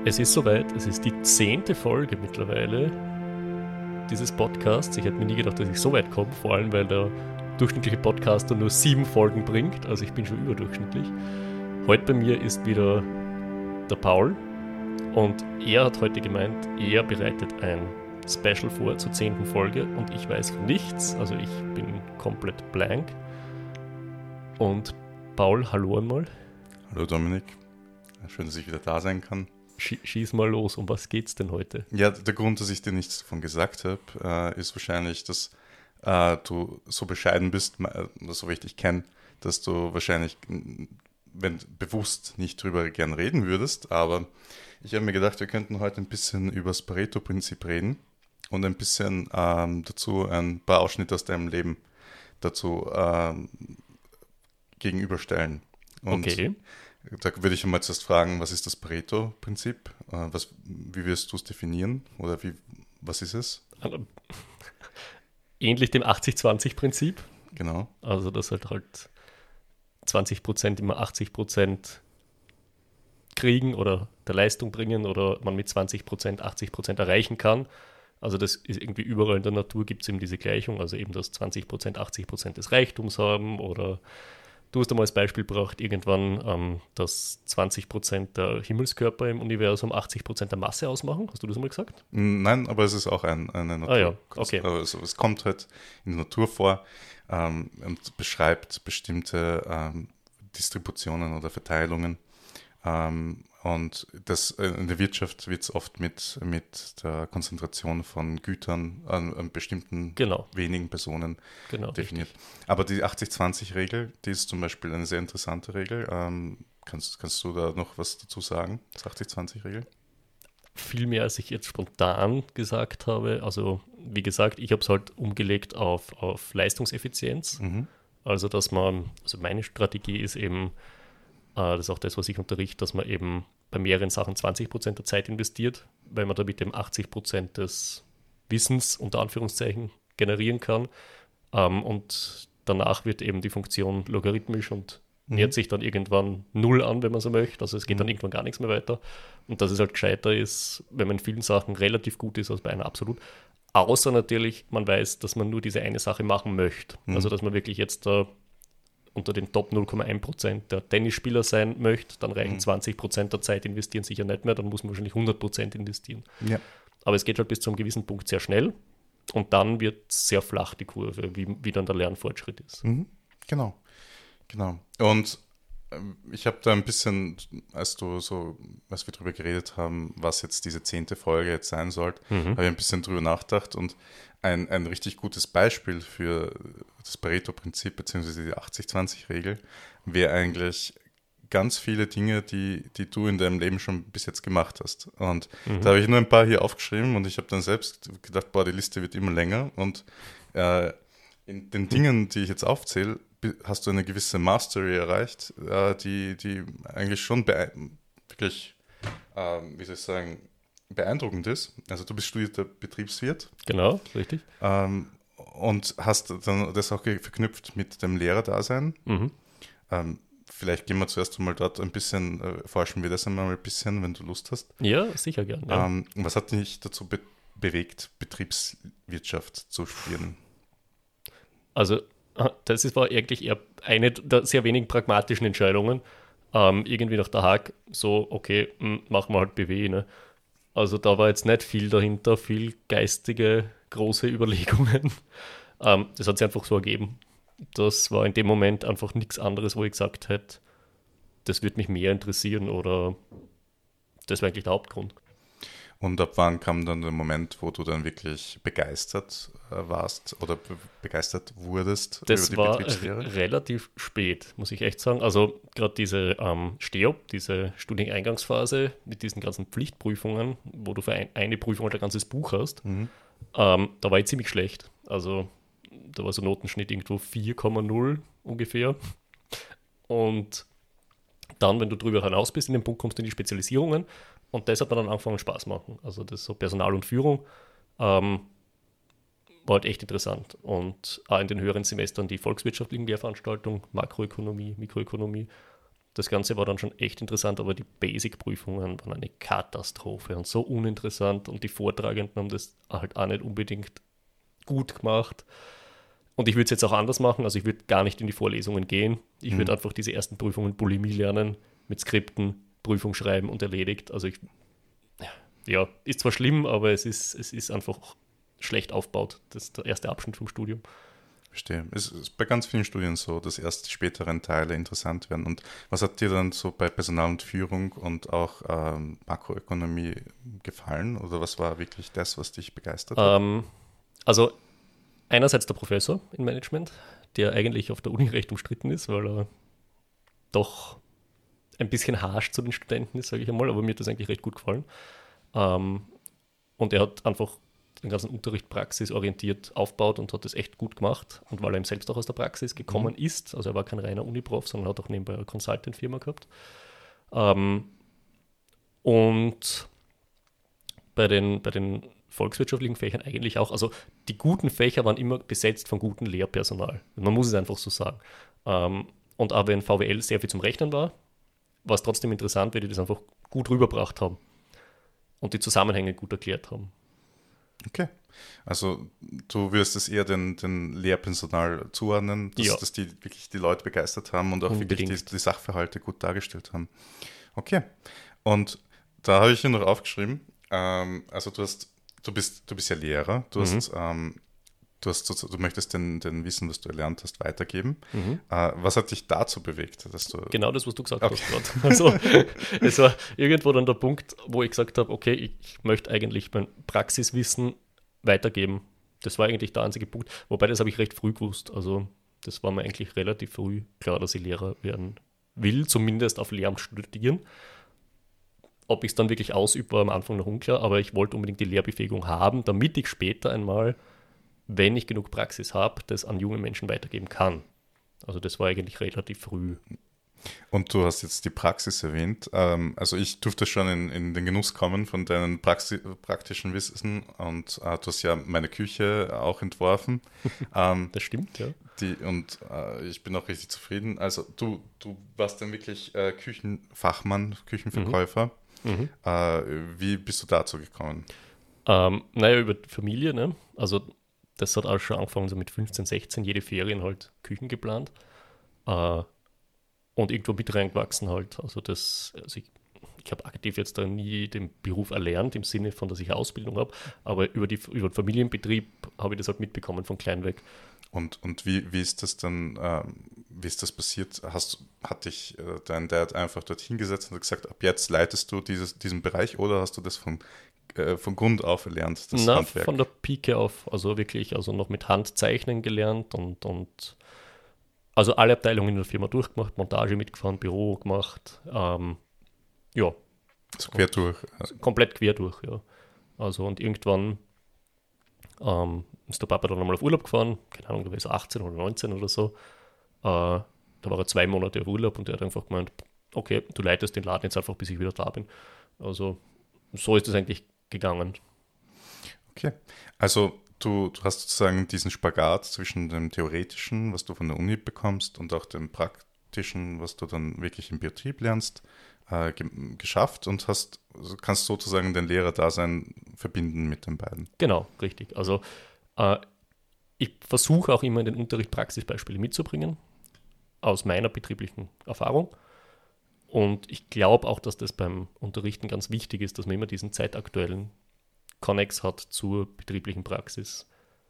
Es ist soweit, es ist die 10. Folge mittlerweile dieses Podcasts. Ich hätte mir nie gedacht, dass ich so weit komme, vor allem weil der durchschnittliche Podcaster nur 7 Folgen bringt, also ich bin schon überdurchschnittlich. Heute bei mir ist wieder der Paul und er hat heute gemeint, er bereitet ein Special vor zur 10. Folge und ich weiß von nichts, also ich bin komplett blank. Und Paul, hallo einmal. Hallo Dominik, schön, dass ich wieder da sein kann. Schieß mal los, um was geht's denn heute? Ja, der Grund, dass ich dir nichts davon gesagt habe, ist wahrscheinlich, dass du so bescheiden bist, so wie ich dich kenne, dass du wahrscheinlich, wenn bewusst nicht drüber gern reden würdest, aber ich habe mir gedacht, wir könnten heute ein bisschen über das Pareto-Prinzip reden und ein bisschen dazu ein paar Ausschnitte aus deinem Leben dazu gegenüberstellen. Und Okay. da würde ich einmal zuerst fragen, was ist das Pareto-Prinzip? Wie wirst du es definieren? Oder was ist es? Ähnlich dem 80-20-Prinzip. Genau. Also, dass halt 20% immer 80% kriegen oder der Leistung bringen oder man mit 20% 80% erreichen kann. Also das ist irgendwie überall in der Natur gibt es eben diese Gleichung, also eben, dass 20% 80% des Reichtums haben oder du hast einmal als Beispiel gebracht, irgendwann, dass 20% der Himmelskörper im Universum 80% der Masse ausmachen. Hast du das mal gesagt? Nein, aber es ist auch eine Natur. Ah ja, okay. Also es kommt halt in der Natur vor und beschreibt bestimmte Distributionen oder Verteilungen. Und in der Wirtschaft wird es oft mit der Konzentration von Gütern an bestimmten wenigen Personen definiert. Richtig. Aber die 80-20-Regel, die ist zum Beispiel eine sehr interessante Regel. Kannst du da noch was dazu sagen, das 80-20-Regel? Viel mehr, als ich jetzt spontan gesagt habe. Also wie gesagt, ich habe es halt umgelegt auf Leistungseffizienz. Mhm. Also meine Strategie ist eben, das ist auch das, was ich unterrichte, dass man eben bei mehreren Sachen 20% der Zeit investiert, weil man damit eben 80% des Wissens unter Anführungszeichen generieren kann. Und danach wird eben die Funktion logarithmisch und nähert sich dann irgendwann 0 an, wenn man so möchte. Also es geht dann irgendwann gar nichts mehr weiter. Und dass es halt gescheiter ist, wenn man in vielen Sachen relativ gut ist als bei einer absolut. Außer natürlich, man weiß, dass man nur diese eine Sache machen möchte. Also dass man wirklich jetzt da unter den Top 0,1% der Tennisspieler sein möchte, dann reichen 20% der Zeit investieren sicher nicht mehr, dann muss man wahrscheinlich 100% investieren. Ja. Aber es geht halt bis zu einem gewissen Punkt sehr schnell und dann wird sehr flach die Kurve, wie dann der Lernfortschritt ist. Mhm. Genau. Und ich habe da ein bisschen, als wir darüber geredet haben, was jetzt diese 10. Folge jetzt sein sollte, habe ich ein bisschen drüber nachgedacht und ein richtig gutes Beispiel für das Pareto-Prinzip bzw. die 80-20-Regel wäre eigentlich ganz viele Dinge, die du in deinem Leben schon bis jetzt gemacht hast. Und da habe ich nur ein paar hier aufgeschrieben und ich habe dann selbst gedacht, die Liste wird immer länger und in den Dingen, die ich jetzt aufzähle, hast du eine gewisse Mastery erreicht, die eigentlich schon wirklich, wie soll ich sagen, beeindruckend ist. Also du bist studierter Betriebswirt. Genau, richtig. Und hast dann das auch verknüpft mit dem Lehrerdasein. Vielleicht gehen wir zuerst einmal dort ein bisschen, forschen wir das einmal ein bisschen, wenn du Lust hast. Ja, sicher gern. Ja. Was hat dich dazu bewegt, Betriebswirtschaft zu studieren? Also war eigentlich eher eine der sehr wenigen pragmatischen Entscheidungen. Irgendwie nach der Hack so, okay, machen wir halt BW, ne? Also da war jetzt nicht viel dahinter, viel geistige, große Überlegungen. Das hat sich einfach so ergeben. Das war in dem Moment einfach nichts anderes, wo ich gesagt hätte, das würde mich mehr interessieren oder das war eigentlich der Hauptgrund. Und ab wann kam dann der Moment, wo du dann wirklich begeistert warst oder begeistert wurdest das über die war Betriebslehre? Relativ spät, muss ich echt sagen. Also gerade diese STEOP, diese Studieneingangsphase mit diesen ganzen Pflichtprüfungen, wo du für eine Prüfung halt ein ganzes Buch hast, da war ich ziemlich schlecht. Also da war so Notenschnitt irgendwo 4,0 ungefähr. Und dann, wenn du drüber hinaus bist, in den Punkt kommst du in die Spezialisierungen und das hat mir dann angefangen Spaß machen. Also das so Personal und Führung war halt echt interessant. Und auch in den höheren Semestern die volkswirtschaftlichen Lehrveranstaltungen, Makroökonomie, Mikroökonomie, Das Ganze war dann schon echt interessant, aber die Basic-Prüfungen waren eine Katastrophe und so uninteressant und die Vortragenden haben das halt auch nicht unbedingt gut gemacht. Und ich würde es jetzt auch anders machen, also ich würde gar nicht in die Vorlesungen gehen. Ich würde einfach diese ersten Prüfungen Bulimie lernen, mit Skripten, Prüfung schreiben und erledigt. Also ja, ist zwar schlimm, aber es ist einfach schlecht aufgebaut. Das ist der erste Abschnitt vom Studium. Verstehe. Es ist bei ganz vielen Studien so, dass erst die späteren Teile interessant werden. Und was hat dir dann so bei Personal und Führung und auch Makroökonomie gefallen? Oder was war wirklich das, was dich begeistert hat? Also einerseits der Professor in Management, der eigentlich auf der Uni recht umstritten ist, weil er doch ein bisschen harsch zu den Studenten ist, sage ich einmal, aber mir hat das eigentlich recht gut gefallen. Und er hat einfach den ganzen Unterricht praxisorientiert aufgebaut und hat das echt gut gemacht. Und weil er eben selbst auch aus der Praxis gekommen ist, also er war kein reiner Uniprof, sondern hat auch nebenbei eine Consultant-Firma gehabt. Und bei den volkswirtschaftlichen Fächern eigentlich auch, also die guten Fächer waren immer besetzt von gutem Lehrpersonal. Man muss es einfach so sagen. Und auch wenn VWL sehr viel zum Rechnen war es trotzdem interessant, weil die das einfach gut rübergebracht haben und die Zusammenhänge gut erklärt haben. Okay. Also du wirst es eher den Lehrpersonal zuordnen, dass die wirklich die Leute begeistert haben und auch Unbedingt. wirklich die Sachverhalte gut dargestellt haben. Okay. Und da habe ich hier noch aufgeschrieben, also du bist ja Lehrer, du möchtest den Wissen, was du erlernt hast, weitergeben. Was hat dich dazu bewegt? Dass du Genau das, was du gesagt hast gerade. Also es war irgendwo dann der Punkt, wo ich gesagt habe, okay, ich möchte eigentlich mein Praxiswissen weitergeben. Das war eigentlich der einzige Punkt. Wobei, das habe ich recht früh gewusst. Also das war mir eigentlich relativ früh klar, dass ich Lehrer werden will, zumindest auf Lehramt studieren. Ob ich es dann wirklich ausübe, war am Anfang noch unklar, aber ich wollte unbedingt die Lehrbefähigung haben, damit ich später einmal, wenn ich genug Praxis habe, das an junge Menschen weitergeben kann. Also das war eigentlich relativ früh. Und du hast jetzt die Praxis erwähnt. Also ich durfte schon in den Genuss kommen von deinen praktischen Wissen und du hast ja meine Küche auch entworfen. Das stimmt, ja. Ich bin auch richtig zufrieden. Also du warst dann wirklich Küchenfachmann, Küchenverkäufer. Wie bist du dazu gekommen? Naja, über die Familie, ne? Also das hat auch schon angefangen, so mit 15, 16, jede Ferien halt Küchen geplant. Und irgendwo mit reingewachsen halt. Also ich habe aktiv jetzt da nie den Beruf erlernt, im Sinne von, dass ich eine Ausbildung habe, aber über den Familienbetrieb habe ich das halt mitbekommen von klein weg. Und wie ist das dann, wie ist das passiert? Hat dich dein Dad einfach dort hingesetzt und hat gesagt, ab jetzt leitest du diesen Bereich oder hast du das von Grund auf erlernt, das Handwerk? Von der Pike auf, also wirklich, also noch mit Handzeichnen gelernt und also alle Abteilungen in der Firma durchgemacht, Montage mitgefahren, Büro gemacht, ja. So quer durch. Komplett quer durch, ja. Also und irgendwann ist der Papa dann einmal auf Urlaub gefahren, keine Ahnung, da war ich so 18 oder 19 oder so. Da war er 2 Monate auf Urlaub und der hat einfach gemeint, okay, du leitest den Laden jetzt einfach, bis ich wieder da bin. Also so ist es eigentlich gegangen. Okay, also du hast sozusagen diesen Spagat zwischen dem Theoretischen, was du von der Uni bekommst, und auch dem Praktischen, was du dann wirklich im Betrieb lernst, geschafft und kannst sozusagen dein Lehrerdasein verbinden mit den beiden. Genau, richtig. Also ich versuche auch immer in den Unterricht Praxisbeispiele mitzubringen, aus meiner betrieblichen Erfahrung. Und ich glaube auch, dass das beim Unterrichten ganz wichtig ist, dass man immer diesen zeitaktuellen Konnex hat zur betrieblichen Praxis.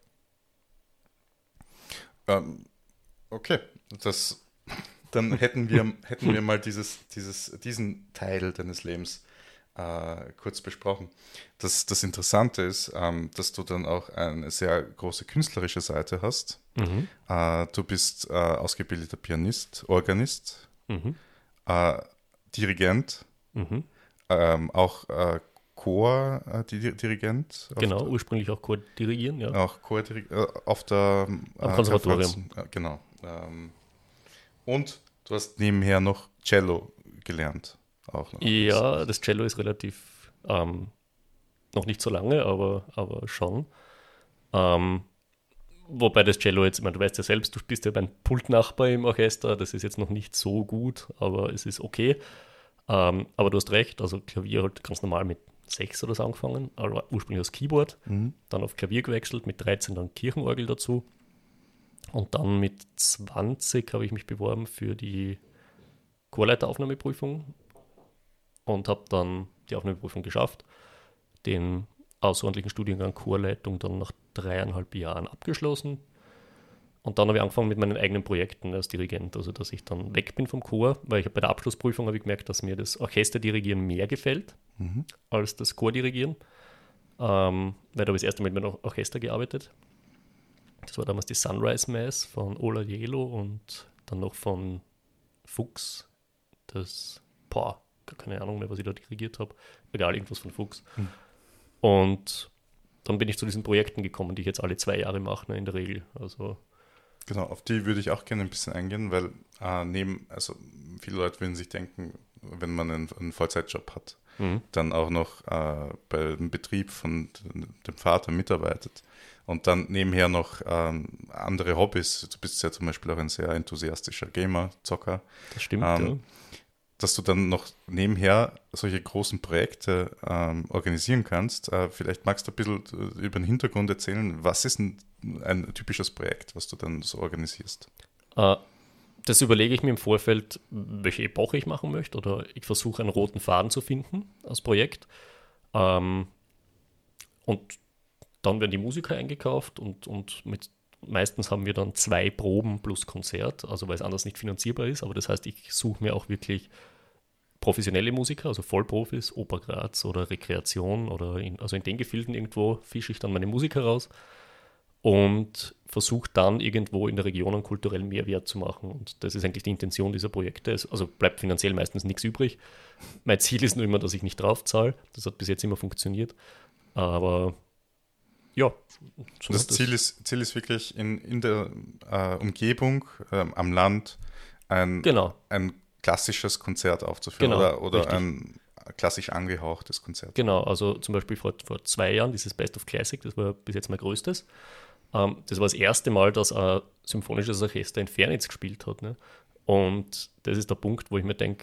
Okay, dann hätten wir mal diesen Teil deines Lebens kurz besprochen. Das Interessante ist, dass du dann auch eine sehr große künstlerische Seite hast. Du bist ausgebildeter Pianist, Organist, Dirigent, auch Chordirigent. Genau, ursprünglich auch Chor dirigieren, ja. Auch Chordirigent auf der am Konservatorium. Genau. Und du hast nebenher noch Cello gelernt. Auch noch. Ja, das Cello ist relativ noch nicht so lange, aber schon. Wobei das Cello jetzt, ich meine, du weißt ja selbst, du bist ja mein Pultnachbar im Orchester, das ist jetzt noch nicht so gut, aber es ist okay. Aber du hast recht, also Klavier halt ganz normal mit 6 oder so angefangen, aber ursprünglich als Keyboard, dann auf Klavier gewechselt, mit 13 dann Kirchenorgel dazu. Und dann mit 20 habe ich mich beworben für die Chorleiteraufnahmeprüfung und habe dann die Aufnahmeprüfung geschafft. Den außerordentlichen Studiengang Chorleitung dann nach 3,5 Jahren abgeschlossen. Und dann habe ich angefangen mit meinen eigenen Projekten als Dirigent, also dass ich dann weg bin vom Chor, weil ich bei der Abschlussprüfung habe ich gemerkt, dass mir das Orchesterdirigieren mehr gefällt als das Chordirigieren, weil da habe ich das erste Mal mit meinem Orchester gearbeitet. Das war damals die Sunrise Mass von Ola Jelo und dann noch von Fuchs, das, gar keine Ahnung mehr, was ich da dirigiert habe, egal, irgendwas von Fuchs. Und dann bin ich zu diesen Projekten gekommen, die ich jetzt alle 2 Jahre mache, in der Regel. Also Genau, auf die würde ich auch gerne ein bisschen eingehen, weil also viele Leute würden sich denken, wenn man einen Vollzeitjob hat, dann auch noch beim Betrieb von dem Vater mitarbeitet und dann nebenher noch andere Hobbys. Du bist ja zum Beispiel auch ein sehr enthusiastischer Gamer, Zocker. das stimmt, ja. Dass du dann noch nebenher solche großen Projekte organisieren kannst. Vielleicht magst du ein bisschen über den Hintergrund erzählen. Was ist ein typisches Projekt, was du dann so organisierst? Das überlege ich mir im Vorfeld, welche Epoche ich machen möchte, oder ich versuche einen roten Faden zu finden als Projekt. Und dann werden die Musiker eingekauft und meistens haben wir dann 2 Proben plus Konzert, also weil es anders nicht finanzierbar ist. Aber das heißt, ich suche mir auch wirklich professionelle Musiker, also Vollprofis, Oper Graz oder Rekreation oder in den Gefilden irgendwo fische ich dann meine Musiker raus und versuche dann irgendwo in der Region einen kulturellen Mehrwert zu machen. Und das ist eigentlich die Intention dieser Projekte. Also bleibt finanziell meistens nichts übrig. Mein Ziel ist nur immer, dass ich nicht drauf zahle. Das hat bis jetzt immer funktioniert. Aber ja. So das Ziel ist wirklich in der Umgebung, am Land, ein klassisches Konzert aufzuführen, oder ein klassisch angehauchtes Konzert. Genau, also zum Beispiel vor 2 Jahren, dieses Best of Classic, das war bis jetzt mein größtes. Das war das erste Mal, dass ein symphonisches Orchester in Fernitz gespielt hat. Ne? Und das ist der Punkt, wo ich mir denke,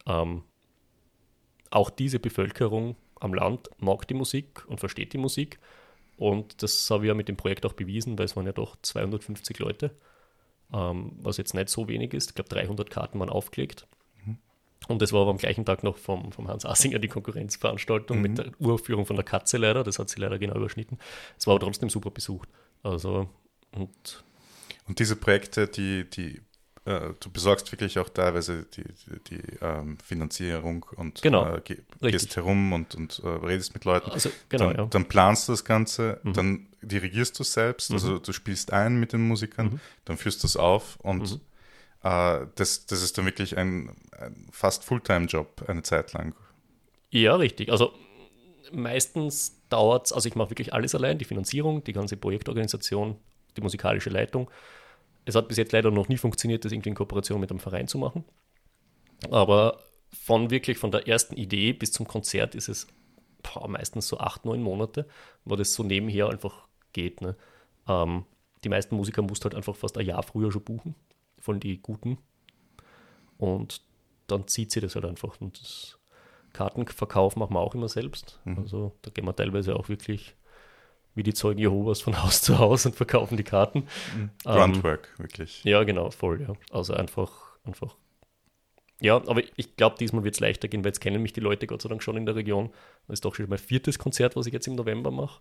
auch diese Bevölkerung am Land mag die Musik und versteht die Musik. Und das habe ich ja mit dem Projekt auch bewiesen, weil es waren ja doch 250 Leute, was jetzt nicht so wenig ist. Ich glaube, 300 Karten waren aufgelegt. Und das war aber am gleichen Tag noch vom Hans Assinger die Konkurrenzveranstaltung mit der Uraufführung von der Katze leider. Das hat sie leider genau überschnitten. Es war aber trotzdem super besucht. Also, und diese Projekte, du besorgst wirklich auch teilweise die Finanzierung und gehst herum und redest mit Leuten. Also, dann planst du das Ganze, dann dirigierst du es selbst, also du spielst ein mit den Musikern, dann führst du es auf und das ist dann wirklich ein fast Fulltime-Job eine Zeit lang. Ja, richtig. Also meistens dauert es, also ich mache wirklich alles allein, die Finanzierung, die ganze Projektorganisation, die musikalische Leitung. Es hat bis jetzt leider noch nie funktioniert, das irgendwie in Kooperation mit einem Verein zu machen. Aber von der ersten Idee bis zum Konzert ist es meistens so 8-9 Monate, wo das so nebenher einfach geht. Ne? Die meisten Musiker musst halt einfach fast ein Jahr früher schon buchen, von die Guten. Und dann zieht sie das halt einfach. Und das Kartenverkauf machen wir auch immer selbst. Also da gehen wir teilweise auch wirklich wie die Zeugen Jehovas von Haus zu Haus und verkaufen die Karten. Gruntwork, wirklich. Ja, genau, voll, ja. Also einfach. Ja, aber ich glaube, diesmal wird es leichter gehen, weil jetzt kennen mich die Leute Gott sei Dank schon in der Region. Das ist doch schon mein 4. Konzert, was ich jetzt im November mache.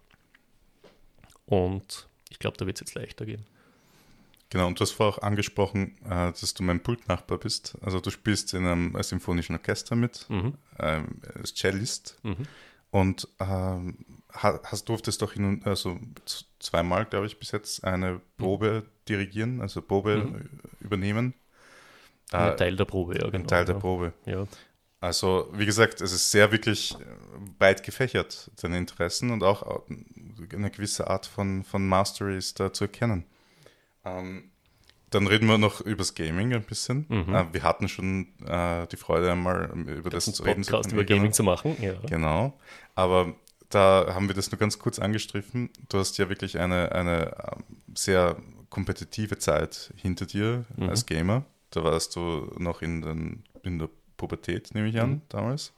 Und ich glaube, da wird es jetzt leichter gehen. Genau, und du hast vorher auch angesprochen, dass du mein Pultnachbar bist. Also du spielst in einem symphonischen Orchester mit, als Cellist. Und durftest doch also 2-mal, glaube ich, bis jetzt eine Probe dirigieren, also Probe übernehmen. Ein Teil der Probe, ja, genau. Ein Teil der Probe. Ja. Also, wie gesagt, es ist sehr wirklich weit gefächert, deine Interessen, und auch eine gewisse Art von Mastery ist da zu erkennen. Dann reden wir noch über das Gaming ein bisschen. Wir hatten schon die Freude, einmal über das zu reden. Podcast über Gaming zu machen. Ja. Genau, aber da haben wir das nur ganz kurz angestriffen. Du hast ja wirklich eine sehr kompetitive Zeit hinter dir als Gamer. Da warst du noch in der Pubertät, nehme ich an, damals.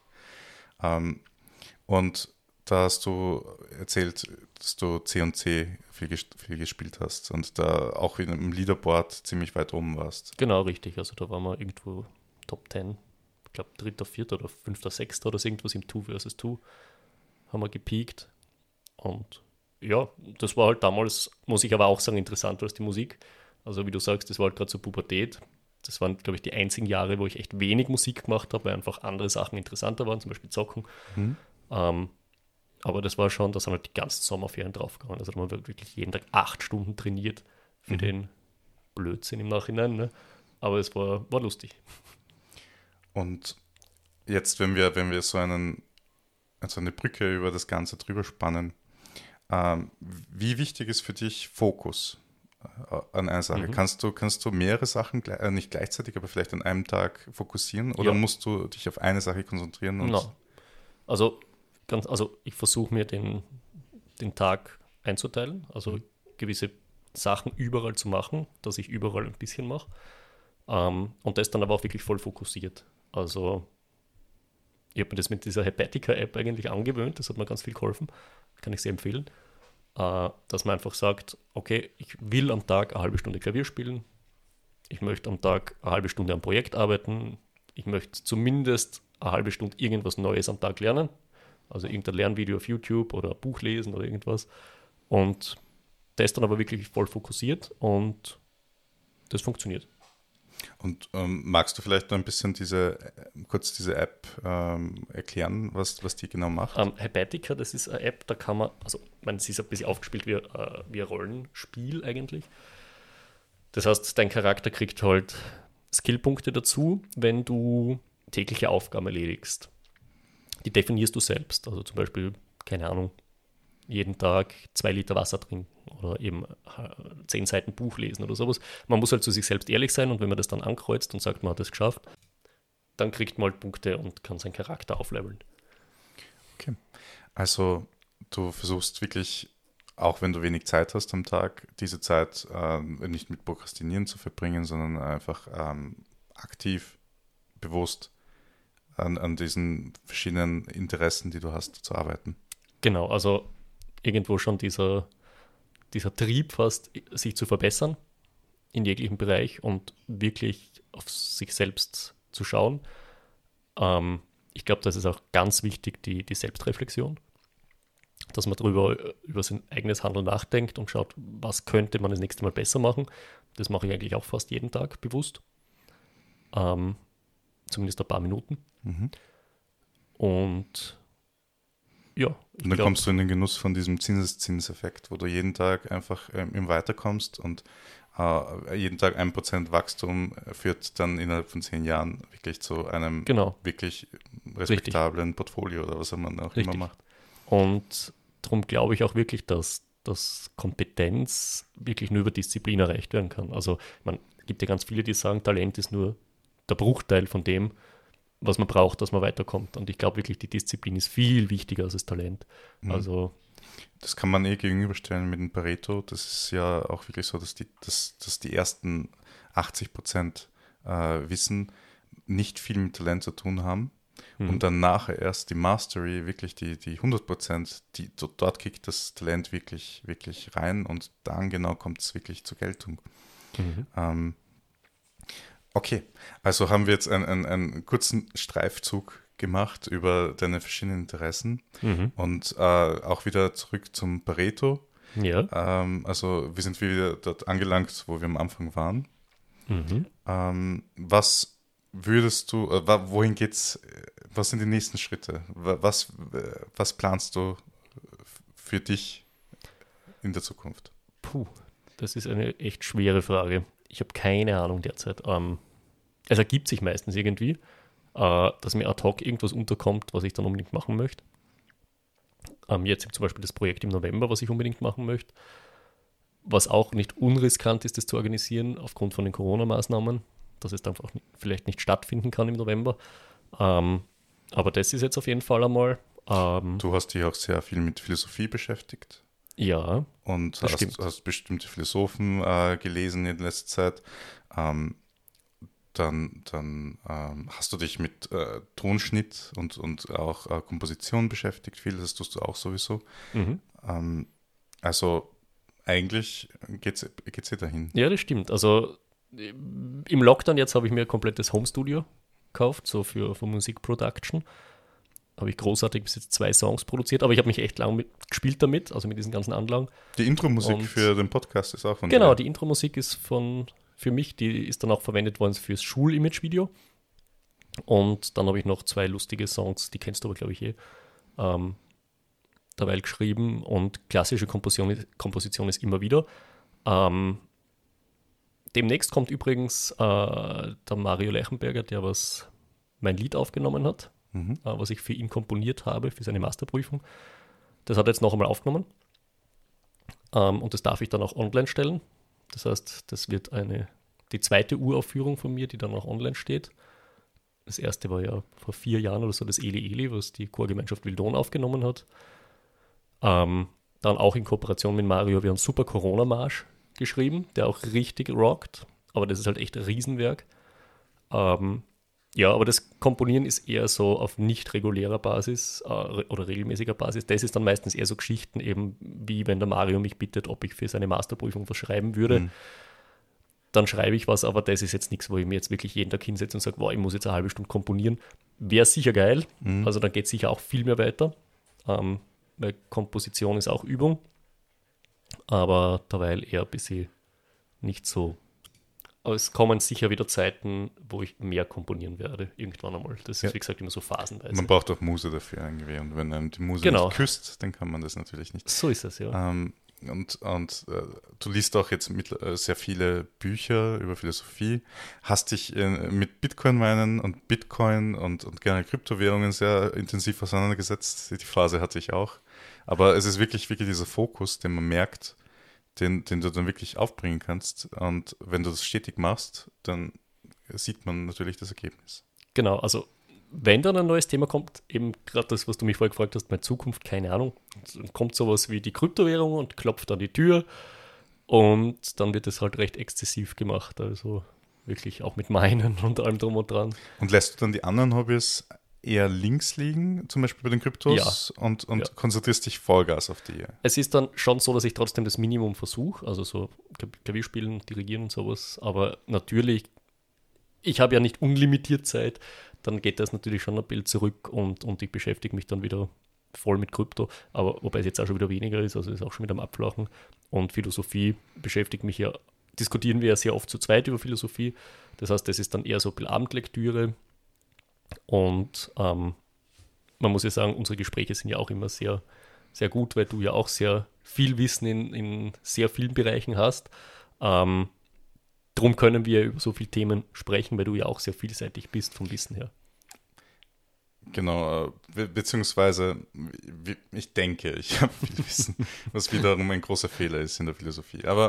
Und da hast du erzählt, dass du C&C viel gespielt hast und da auch im Leaderboard ziemlich weit oben warst. Genau, richtig. Also da waren wir irgendwo Top 10. Ich glaube, 3., 4. oder 5., 6. oder so irgendwas im 2 vs. 2 haben wir gepiekt. Und ja, das war halt damals, muss ich aber auch sagen, interessanter als die Musik. Also wie du sagst, das war halt gerade zur Pubertät. Das waren, glaube ich, die einzigen Jahre, wo ich echt wenig Musik gemacht habe, weil einfach andere Sachen interessanter waren, zum Beispiel Zocken. Aber das war schon, da sind halt die ganzen Sommerferien draufgegangen. Also da haben wir wirklich jeden Tag 8 Stunden trainiert für den Blödsinn im Nachhinein. Ne? Aber es war lustig. Und jetzt, wenn wir so eine Brücke über das Ganze drüber spannen, wie wichtig ist für dich Fokus an einer Sache? Kannst du mehrere Sachen, nicht gleichzeitig, aber vielleicht an einem Tag fokussieren? Oder musst du dich auf eine Sache konzentrieren? No. Also ich versuche mir den Tag einzuteilen, also gewisse Sachen überall zu machen, dass ich überall ein bisschen mache. Und das dann aber auch wirklich voll fokussiert. Also ich habe mir das mit dieser Hepatica-App eigentlich angewöhnt, das hat mir ganz viel geholfen, kann ich sehr empfehlen, dass man einfach sagt, okay, ich will am Tag eine halbe Stunde Klavier spielen, ich möchte am Tag eine halbe Stunde am Projekt arbeiten, ich möchte zumindest eine halbe Stunde irgendwas Neues am Tag lernen, also irgendein Lernvideo auf YouTube oder ein Buch lesen oder irgendwas. Und das dann aber wirklich voll fokussiert und das funktioniert. Und magst du vielleicht noch ein bisschen kurz diese App erklären, was die genau macht? Hepatica, das ist eine App, da kann man, also es ist ein bisschen aufgespielt wie ein Rollenspiel eigentlich. Das heißt, dein Charakter kriegt halt Skillpunkte dazu, wenn du tägliche Aufgaben erledigst. Die definierst du selbst. Also zum Beispiel, keine Ahnung, jeden Tag 2 Liter Wasser trinken oder eben 10 Seiten Buch lesen oder sowas. Man muss halt zu sich selbst ehrlich sein und wenn man das dann ankreuzt und sagt, man hat es geschafft, dann kriegt man halt Punkte und kann seinen Charakter aufleveln. Okay. Also du versuchst wirklich, auch wenn du wenig Zeit hast am Tag, diese Zeit nicht mit Prokrastinieren zu verbringen, sondern einfach aktiv, bewusst an diesen verschiedenen Interessen, die du hast, zu arbeiten. Genau, also irgendwo schon dieser Trieb fast, sich zu verbessern in jeglichem Bereich und wirklich auf sich selbst zu schauen. Ich glaube, das ist auch ganz wichtig, die Selbstreflexion, dass man über sein eigenes Handeln nachdenkt und schaut, was könnte man das nächste Mal besser machen. Das mache ich eigentlich auch fast jeden Tag bewusst. Zumindest ein paar Minuten. Und ja. Und dann kommst du in den Genuss von diesem Zinseszinseffekt, wo du jeden Tag einfach im Weiterkommst und jeden Tag 1% Wachstum führt dann innerhalb von 10 Jahren wirklich zu einem wirklich respektablen Portfolio oder was man auch immer macht. Und darum glaube ich auch wirklich, dass Kompetenz wirklich nur über Disziplin erreicht werden kann. Also es gibt ja ganz viele, die sagen, Talent ist nur der Bruchteil von dem, was man braucht, dass man weiterkommt. Und ich glaube wirklich, die Disziplin ist viel wichtiger als das Talent. Also das kann man gegenüberstellen mit dem Pareto. Das ist ja auch wirklich so, dass die ersten 80% Wissen nicht viel mit Talent zu tun haben. Und dann nachher erst die Mastery, wirklich die 100%, dort kickt das Talent wirklich, wirklich rein und dann genau kommt es wirklich zur Geltung. Okay, also haben wir jetzt einen kurzen Streifzug gemacht über deine verschiedenen Interessen und auch wieder zurück zum Pareto. Ja. Also wir sind wieder dort angelangt, wo wir am Anfang waren. Was würdest du, wohin geht's, was sind die nächsten Schritte? Was planst du für dich in der Zukunft? Das ist eine echt schwere Frage. Ich habe keine Ahnung derzeit. Es ergibt sich meistens irgendwie, dass mir ad hoc irgendwas unterkommt, was ich dann unbedingt machen möchte. Jetzt zum Beispiel das Projekt im November, was ich unbedingt machen möchte. Was auch nicht unriskant ist, das zu organisieren, aufgrund von den Corona-Maßnahmen, dass es dann einfach vielleicht nicht stattfinden kann im November. Aber das ist jetzt auf jeden Fall einmal. Du hast dich auch sehr viel mit Philosophie beschäftigt. Ja, und das stimmt. hast bestimmte Philosophen gelesen in letzter Zeit. Dann hast du dich mit Tonschnitt und auch Komposition beschäftigt. Viel, das tust du auch sowieso. Mhm. Also eigentlich geht's dahin. Ja, das stimmt. Also im Lockdown jetzt habe ich mir ein komplettes Homestudio gekauft, so für Musikproduction. Habe ich großartig bis jetzt 2 Songs produziert, aber ich habe mich echt lang gespielt damit, also mit diesen ganzen Anlagen. Die Intro-Musik Und für den Podcast ist auch von genau, dir. die Intro-Musik ist für mich, die ist dann auch verwendet worden fürs Schul-Image-Video. Und dann habe ich noch 2 lustige Songs, die kennst du aber, glaube ich, dabei geschrieben. Und klassische Komposition ist immer wieder. Demnächst kommt übrigens der Mario Leichenberger, der mein Lied aufgenommen hat, was ich für ihn komponiert habe, für seine Masterprüfung. Das hat er jetzt noch einmal aufgenommen. Und das darf ich dann auch online stellen. Das heißt, das wird die zweite Uraufführung von mir, die dann auch online steht. Das erste war ja vor 4 Jahren oder so das Eli Eli, was die Chorgemeinschaft Wildon aufgenommen hat. Dann auch in Kooperation mit Mario, wir haben Super Corona-Marsch geschrieben, der auch richtig rockt, aber das ist halt echt ein Riesenwerk. Ja, aber das Komponieren ist eher so auf nicht regulärer Basis oder regelmäßiger Basis. Das ist dann meistens eher so Geschichten eben, wie wenn der Mario mich bittet, ob ich für seine Masterprüfung was schreiben würde. Dann schreibe ich was, aber das ist jetzt nichts, wo ich mir jetzt wirklich jeden Tag hinsetze und sage, wow, ich muss jetzt eine halbe Stunde komponieren. Wäre sicher geil, also dann geht es sicher auch viel mehr weiter, weil Komposition ist auch Übung, aber derweil eher ein bisschen nicht so. Aber es kommen sicher wieder Zeiten, wo ich mehr komponieren werde, irgendwann einmal. Das ist, wie gesagt, immer so phasenweise. Man braucht auch Muse dafür irgendwie. Und wenn einem die Muse nicht küsst, dann kann man das natürlich nicht. So ist es, ja. Und du liest auch jetzt sehr viele Bücher über Philosophie, hast dich mit Bitcoin-Minen und Bitcoin und generell Kryptowährungen sehr intensiv auseinandergesetzt. Die Phase hatte ich auch. Aber es ist wirklich dieser Fokus, den man merkt, den du dann wirklich aufbringen kannst. Und wenn du das stetig machst, dann sieht man natürlich das Ergebnis. Genau, also wenn dann ein neues Thema kommt, eben gerade das, was du mich vorher gefragt hast, meine Zukunft, keine Ahnung, dann kommt sowas wie die Kryptowährung und klopft an die Tür und dann wird es halt recht exzessiv gemacht, also wirklich auch mit Meinen und allem drum und dran. Und lässt du dann die anderen Hobbys eher links liegen, zum Beispiel bei den Kryptos, und konzentrierst dich Vollgas auf die? Es ist dann schon so, dass ich trotzdem das Minimum versuche, also so Klavier spielen, dirigieren und sowas, aber natürlich, ich habe ja nicht unlimitiert Zeit, dann geht das natürlich schon ein bisschen zurück und ich beschäftige mich dann wieder voll mit Krypto, aber wobei es jetzt auch schon wieder weniger ist, also ist auch schon wieder am Abflachen. Und Philosophie beschäftigt mich ja, diskutieren wir ja sehr oft zu zweit über Philosophie, das heißt, das ist dann eher so ein bisschen Abendlektüre und man muss ja sagen, unsere Gespräche sind ja auch immer sehr, sehr gut, weil du ja auch sehr viel Wissen in sehr vielen Bereichen hast. Darum können wir über so viele Themen sprechen, weil du ja auch sehr vielseitig bist vom Wissen her. Genau, beziehungsweise ich denke, ich habe viel Wissen, was wiederum ein großer Fehler ist in der Philosophie. Aber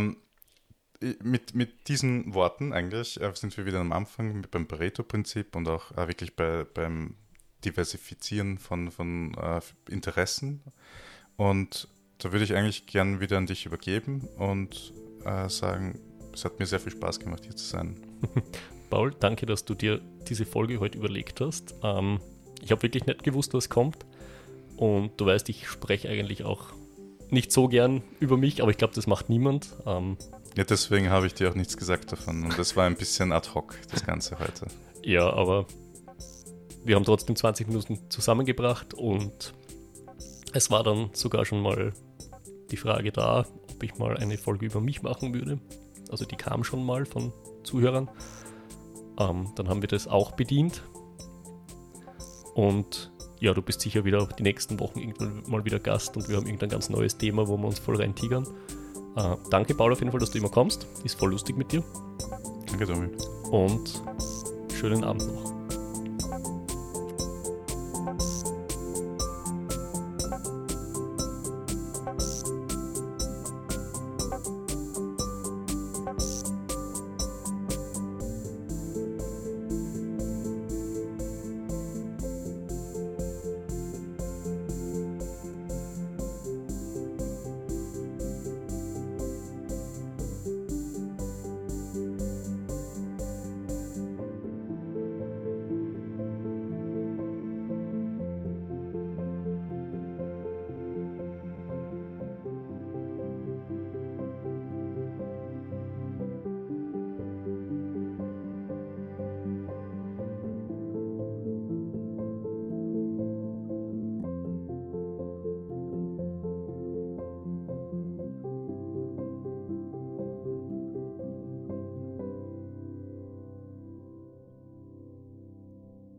mit diesen Worten eigentlich sind wir wieder am Anfang beim Pareto-Prinzip und auch wirklich beim Diversifizieren von Interessen. Und da würde ich eigentlich gern wieder an dich übergeben und sagen, es hat mir sehr viel Spaß gemacht, hier zu sein. Paul, danke, dass du dir diese Folge heute überlegt hast. Ich habe wirklich nicht gewusst, was kommt. Und du weißt, ich spreche eigentlich auch nicht so gern über mich, aber ich glaube, das macht niemand. Ja, deswegen habe ich dir auch nichts gesagt davon. Und das war ein bisschen ad hoc, das Ganze heute. Ja, aber wir haben trotzdem 20 Minuten zusammengebracht und es war dann sogar schon mal die Frage da, ob ich mal eine Folge über mich machen würde. Also die kam schon mal von Zuhörern. Dann haben wir das auch bedient. Und ja, du bist sicher wieder die nächsten Wochen irgendwann mal wieder Gast und wir haben irgendein ganz neues Thema, wo wir uns voll reintigern. Danke, Paul, auf jeden Fall, dass du immer kommst. Ist voll lustig mit dir. Danke, Tommy. Und schönen Abend noch.